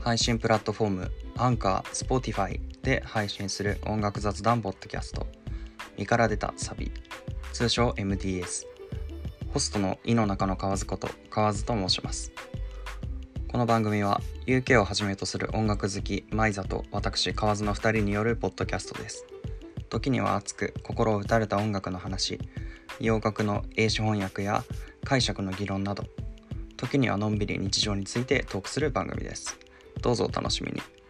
配信プラットフォームアンカー、スポティファイで配信する音楽雑談ポッドキャスト、身から出たサビ、通称 MDS。 ホストの井の中の河津こと河津と申します。この番組は UK をはじめとする音楽好きマイザと私河津の2人によるポッドキャストです。時には熱く心を打たれた音楽の話、洋楽の英詞翻訳や解釈の議論など、時にはのんびり日常についてトークする番組です。どうぞお楽しみに。